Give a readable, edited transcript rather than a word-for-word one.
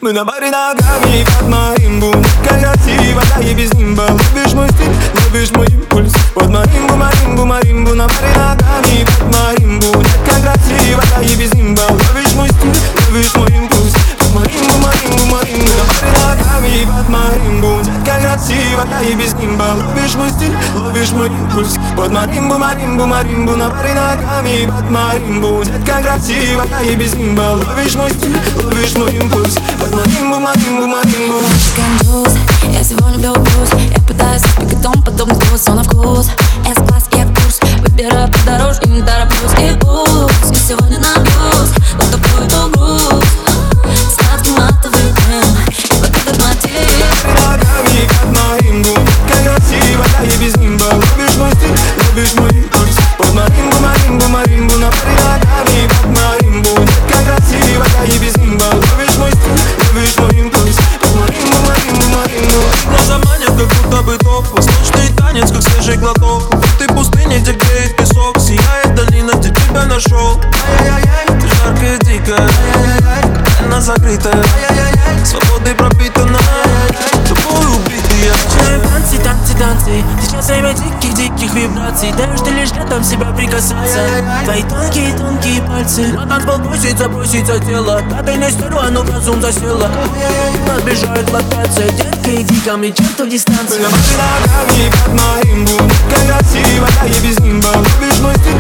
Мы на баре ногами под маримбу. Как красиво, да и без нимба. Любишь мой стиль, любишь мой импульс. Под маримбу, маримбу, маримбу. На баре ногами под маримбу. Как красиво, да и без нимба. Любишь мой стиль, любишь мой импульс. Под маримбу, маримбу, маримбу. На баре ногами под маримбу. Как красиво, да и без нимба. Любишь мой стиль, любишь мой импульс. Под маримбу, маримбу, маримбу. На баре ногами под маримбу. Как красиво, да и без нимба. Любишь мой стиль, любишь мой импульс. Под маримбу, маримбу, маримбу. Я сегодня белбрус. Я пытаюсь беготом подобный вкус. Он на вкус, S-класс и курс. Выбираю по дорожке, не тороплюсь. И пусть я сегодня набьюсь. Вот такой был груз. Сладкий матовый крем. И вот этот мотив. Ногами под маримбу. Как красиво, да и без нимба. Любишь мой стиль, любишь мой импульс. Под маримбу, маримбу, маримбу. На паре ногами под маримбу. Как красиво, да и без нимба. Любишь мой стиль, любишь мой импульс. Под маримбу, маримбу, маримбу. Глаза манят, как будто бы топ. Восточный танец, как свежий глоток. В этой пустыне, где греет песок. Сияет долина, где тебя нашел. Ай-яй-яй, ты жаркая, дикая. Ай-яй-яй, она закрытая. Ай-яй-яй, свободой пропитана. Тобой убитый я. Танцы, танцы, танцы. Сейчас время диких вибраций. Даешь ты лишь летом себя прикасаться. Твои тонкие, тонкие пальцы. На танцпол бросится тело. Папе не стерва, но в разум засела. Надбежает локация. Детка, иди ко мне, черту дистанцию. Мы на баре ногами под маримбу. Как красиво, да и без нимба. Любишь мой стиль,